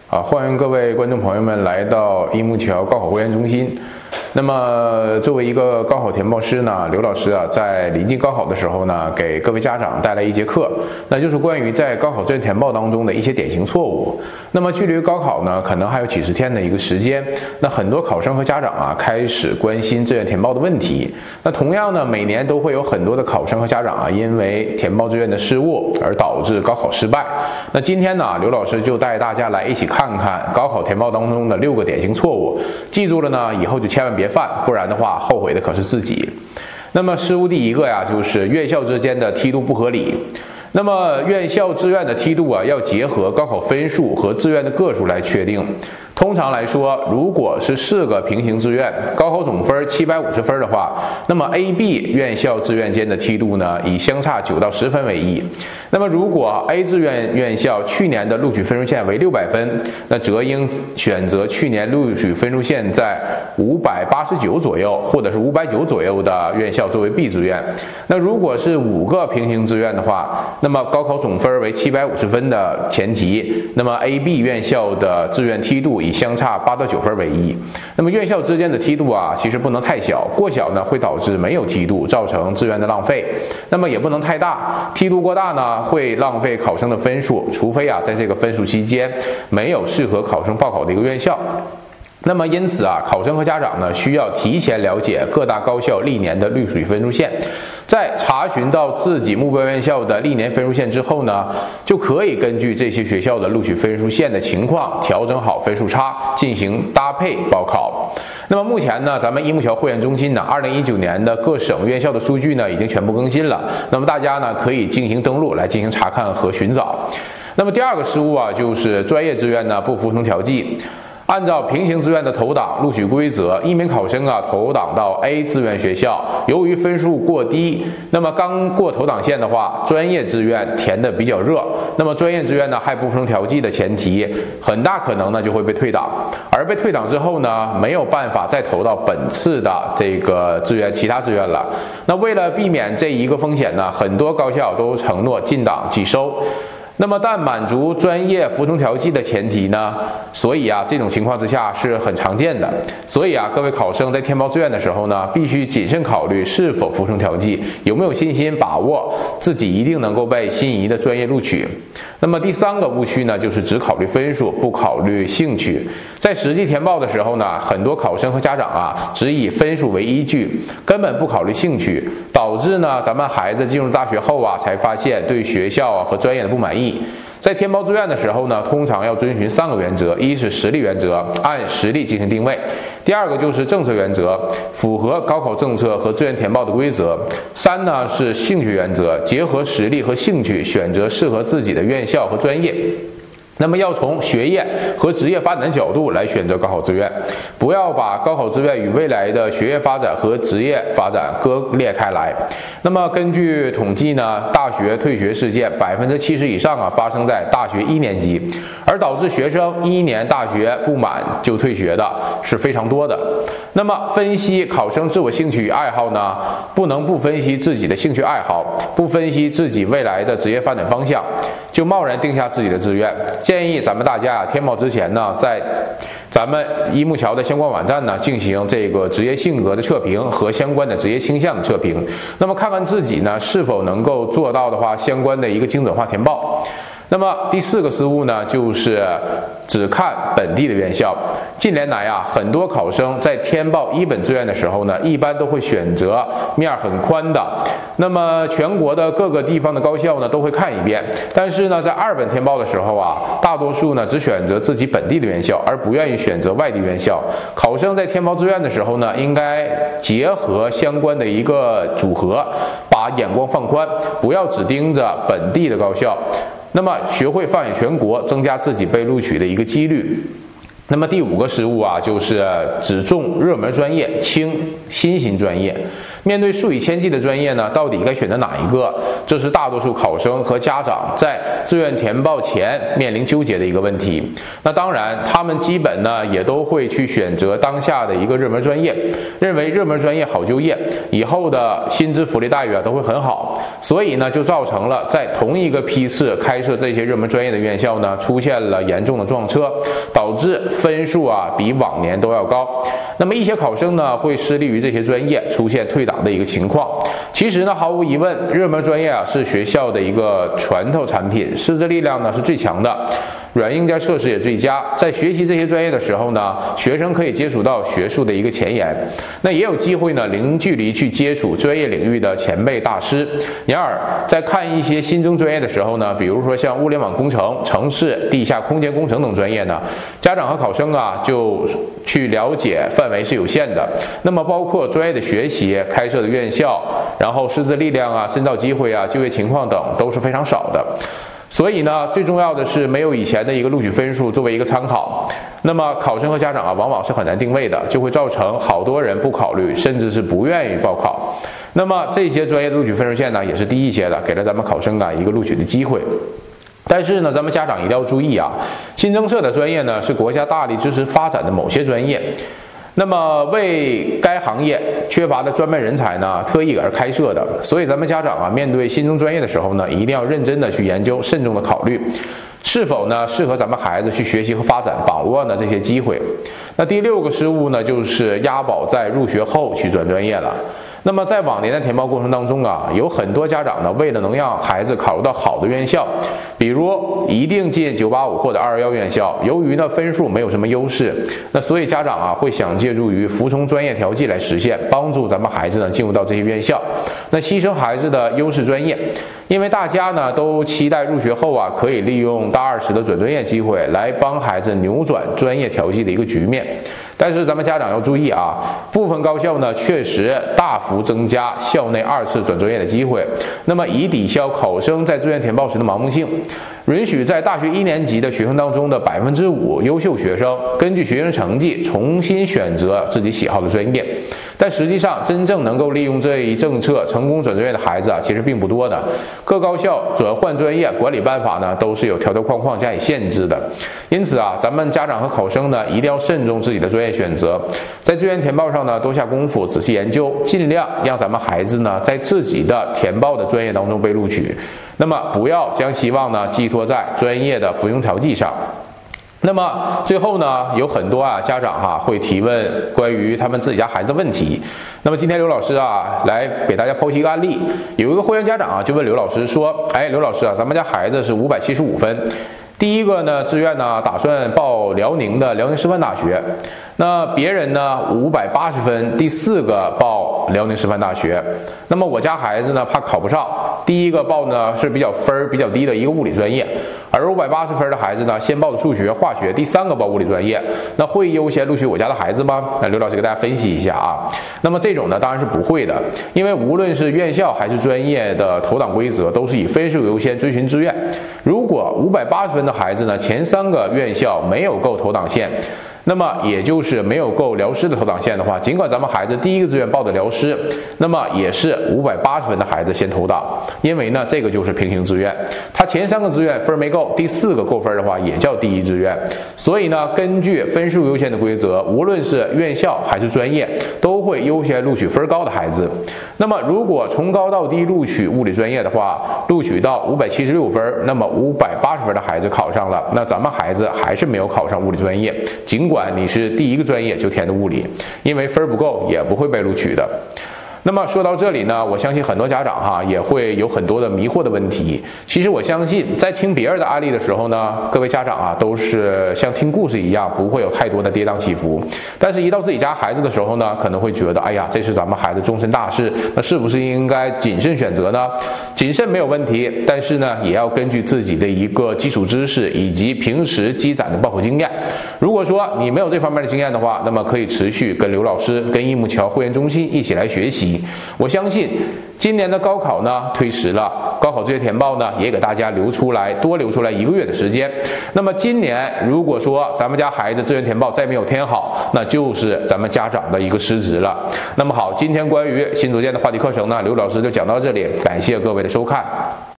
欢迎各位观众朋友们来到益木桥高考会员中心。那么，作为一个高考填报师呢，刘老师在临近高考的时候呢，给各位家长带来一节课，那就是关于在高考志愿填报当中的一些典型错误。那么，距离高考呢，可能还有几十天的一个时间，那很多考生和家长开始关心志愿填报的问题。那同样呢，每年都会有很多的考生和家长因为填报志愿的失误而导致高考失败。那今天呢，刘老师就带大家来一起看看高考填报当中的6个典型错误，记住了呢，以后就千万别犯，不然的话后悔的可是自己。那么失误第一个就是院校之间的梯度不合理。那么院校志愿的梯度要结合高考分数和志愿的个数来确定。通常来说，如果是4个平行志愿，高考总分750分的话，那么 A、B 院校志愿间的梯度呢，以相差9到10分为宜。那么如果 A 志愿院校去年的录取分数线为600分，那则应选择去年录取分数线在589左右或者是590左右的院校作为 B 志愿。那如果是5个平行志愿的话，那么高考总分为750分的前提，那么 A、B 院校的志愿梯度以相差8到9分为宜。那么院校之间的梯度其实不能太小，过小呢会导致没有梯度，造成志愿的浪费。那么也不能太大，梯度过大呢会浪费考生的分数，除非在这个分数期间没有适合考生报考的一个院校。那么因此考生和家长呢需要提前了解各大高校历年的录取分数线，在查询到自己目标院校的历年分数线之后呢，就可以根据这些学校的录取分数线的情况调整好分数差，进行搭配报考。那么目前呢，咱们益木桥会员中心呢2019年的各省院校的数据呢已经全部更新了，那么大家呢可以进行登录来进行查看和寻找。那么第2个失误就是专业志愿呢不服从调剂。按照平行志愿的投档录取规则，一名考生投档到 A 志愿学校，由于分数过低，那么刚过投档线的话，专业志愿填的比较热，那么专业志愿呢还不服从调剂的前提，很大可能呢就会被退档，而被退档之后呢，没有办法再投到本次的这个其他志愿了。那为了避免这一个风险呢，很多高校都承诺进档即收。那么但满足专业服从调剂的前提呢，所以这种情况之下是很常见的。所以各位考生在填报志愿的时候呢，必须谨慎考虑是否服从调剂，有没有信心把握自己一定能够被心仪的专业录取。那么第3个误区呢，就是只考虑分数，不考虑兴趣。在实际填报的时候呢，很多考生和家长只以分数为依据，根本不考虑兴趣，导致呢咱们孩子进入大学后才发现对学校和专业的不满意。在填报志愿的时候呢，通常要遵循3个原则：一是实力原则，按实力进行定位；第2个就是政策原则，符合高考政策和志愿填报的规则；3呢是兴趣原则，结合实力和兴趣，选择适合自己的院校和专业。那么要从学业和职业发展的角度来选择高考志愿，不要把高考志愿与未来的学业发展和职业发展割裂开来。那么根据统计呢，大学退学事件70%以上发生在大学1年级，而导致学生1年大学不满就退学的是非常多的。那么分析考生自我兴趣与爱好呢，不能不分析自己的兴趣爱好，不分析自己未来的职业发展方向，就贸然定下自己的志愿。建议咱们大家填报之前呢，在咱们益木桥的相关网站呢进行这个职业性格的测评和相关的职业倾向的测评，那么看看自己呢是否能够做到的话，相关的一个精准化填报。那么第4个失误呢，就是只看本地的院校。近年来很多考生在填报1本志愿的时候呢，一般都会选择面很宽的，那么全国的各个地方的高校呢都会看一遍。但是呢，在2本填报的时候大多数呢只选择自己本地的院校，而不愿意选择外地院校。考生在填报志愿的时候呢，应该结合相关的一个组合，把眼光放宽，不要只盯着本地的高校。那么学会放眼全国，增加自己被录取的一个几率。那么第5个失误就是只重热门专业，轻新兴专业。 面对数以千计的专业呢，到底该选择哪一个？这是大多数考生和家长在志愿填报前面临纠结的一个问题。那当然，他们基本呢也都会去选择当下的一个热门专业，认为热门专业好就业，以后的薪资福利待遇都会很好，所以呢就造成了在同一个批次开设这些热门专业的院校呢出现了严重的撞车，导致分数比往年都要高。那么一些考生呢会失利于这些专业，出现退档的一个情况。其实呢，毫无疑问，热门专业是学校的一个拳头产品，师资力量呢是最强的，软硬件设施也最佳。在学习这些专业的时候呢，学生可以接触到学术的一个前沿，那也有机会呢零距离去接触专业领域的前辈大师。然而，在看一些新增专业的时候呢，比如说像物联网工程、城市、地下空间工程等专业呢，家长和考生就去了解范围是有限的。那么包括专业的学习、开设的院校，然后师资力量深造机会就业情况等都是非常少的。所以呢，最重要的是没有以前的一个录取分数作为一个参考，那么考生和家长往往是很难定位的，就会造成好多人不考虑，甚至是不愿意报考。那么这些专业的录取分数线呢，也是低一些的，给了咱们考生一个录取的机会。但是呢，咱们家长一定要注意新增设的专业呢是国家大力支持发展的某些专业。那么为该行业缺乏的专门人才呢，特意而开设的，所以咱们家长面对新增专业的时候呢，一定要认真的去研究，慎重的考虑，是否呢适合咱们孩子去学习和发展，把握呢这些机会。那第6个失误呢，就是押宝在入学后去转专业了。那么在往年的填报过程当中有很多家长呢，为了能让孩子考入到好的院校，比如一定进985或者221院校，由于呢分数没有什么优势，那所以家长会想借助于服从专业调剂来实现，帮助咱们孩子呢进入到这些院校，那牺牲孩子的优势专业。因为大家呢都期待入学后可以利用大20的转专业机会来帮孩子扭转专业调剂的一个局面。但是咱们家长要注意部分高校呢确实大幅增加校内2次转专业的机会，那么以抵消考生在志愿填报时的盲目性，允许在大学1年级的学生当中的5%优秀学生根据学生成绩重新选择自己喜好的专业。但实际上真正能够利用这一政策成功转专业的孩子其实并不多的。各高校转换专业管理办法呢都是有条条框框加以限制的。因此咱们家长和考生呢一定要慎重自己的专业选择，在志愿填报上呢多下功夫，仔细研究，尽量让咱们孩子呢在自己的填报的专业当中被录取。那么不要将希望呢寄托在专业的服用调剂上。那么最后呢，有很多家长会提问关于他们自己家孩子的问题。那么今天刘老师来给大家剖析一个案例。有一个会员家长就问刘老师说：“刘老师咱们家孩子是575分，第一个呢志愿呢打算报辽宁的辽宁师范大学，那别人呢580分，第4个报辽宁师范大学。那么我家孩子呢怕考不上，第一个报呢是比较低的一个物理专业，而580分的孩子呢先报的数学、化学，第3个报物理专业，那会优先录取我家的孩子吗？那刘老师给大家分析一下那么这种呢当然是不会的，因为无论是院校还是专业的投档规则都是以分数优先，遵循志愿。如果580分的孩子呢前3个院校没有够投档线，那么也就是没有够辽师的投档线的话，尽管咱们孩子第一个志愿报的辽师，那么也是580分的孩子先投档，因为呢这个就是平行志愿，他前3个志愿分没够，第4个够分的话也叫第一志愿。所以呢根据分数优先的规则，无论是院校还是专业都会优先录取分高的孩子。那么如果从高到低录取物理专业的话，录取到576分，那么580分的孩子考上了，那咱们孩子还是没有考上物理专业，尽管你是第1个专业就填的物理，因为分不够也不会被录取的。那么说到这里呢，我相信很多家长也会有很多的迷惑的问题。其实我相信在听别人的案例的时候呢，各位家长都是像听故事一样，不会有太多的跌宕起伏。但是一到自己家孩子的时候呢，可能会觉得这是咱们孩子终身大事，那是不是应该谨慎选择呢？谨慎没有问题，但是呢也要根据自己的一个基础知识以及平时积攒的报考经验。如果说你没有这方面的经验的话，那么可以持续跟刘老师跟益木桥会员中心一起来学习。 情。我相信今年的高考呢推迟了，高考作业填报呢也给大家多留出来1个月的时间。那么今年如果说咱们家孩子志愿填报再没有填好，那就是咱们家长的一个失职了。那么好，今天关于新组件的话题课程呢，刘老师就讲到这里，感谢各位的收看。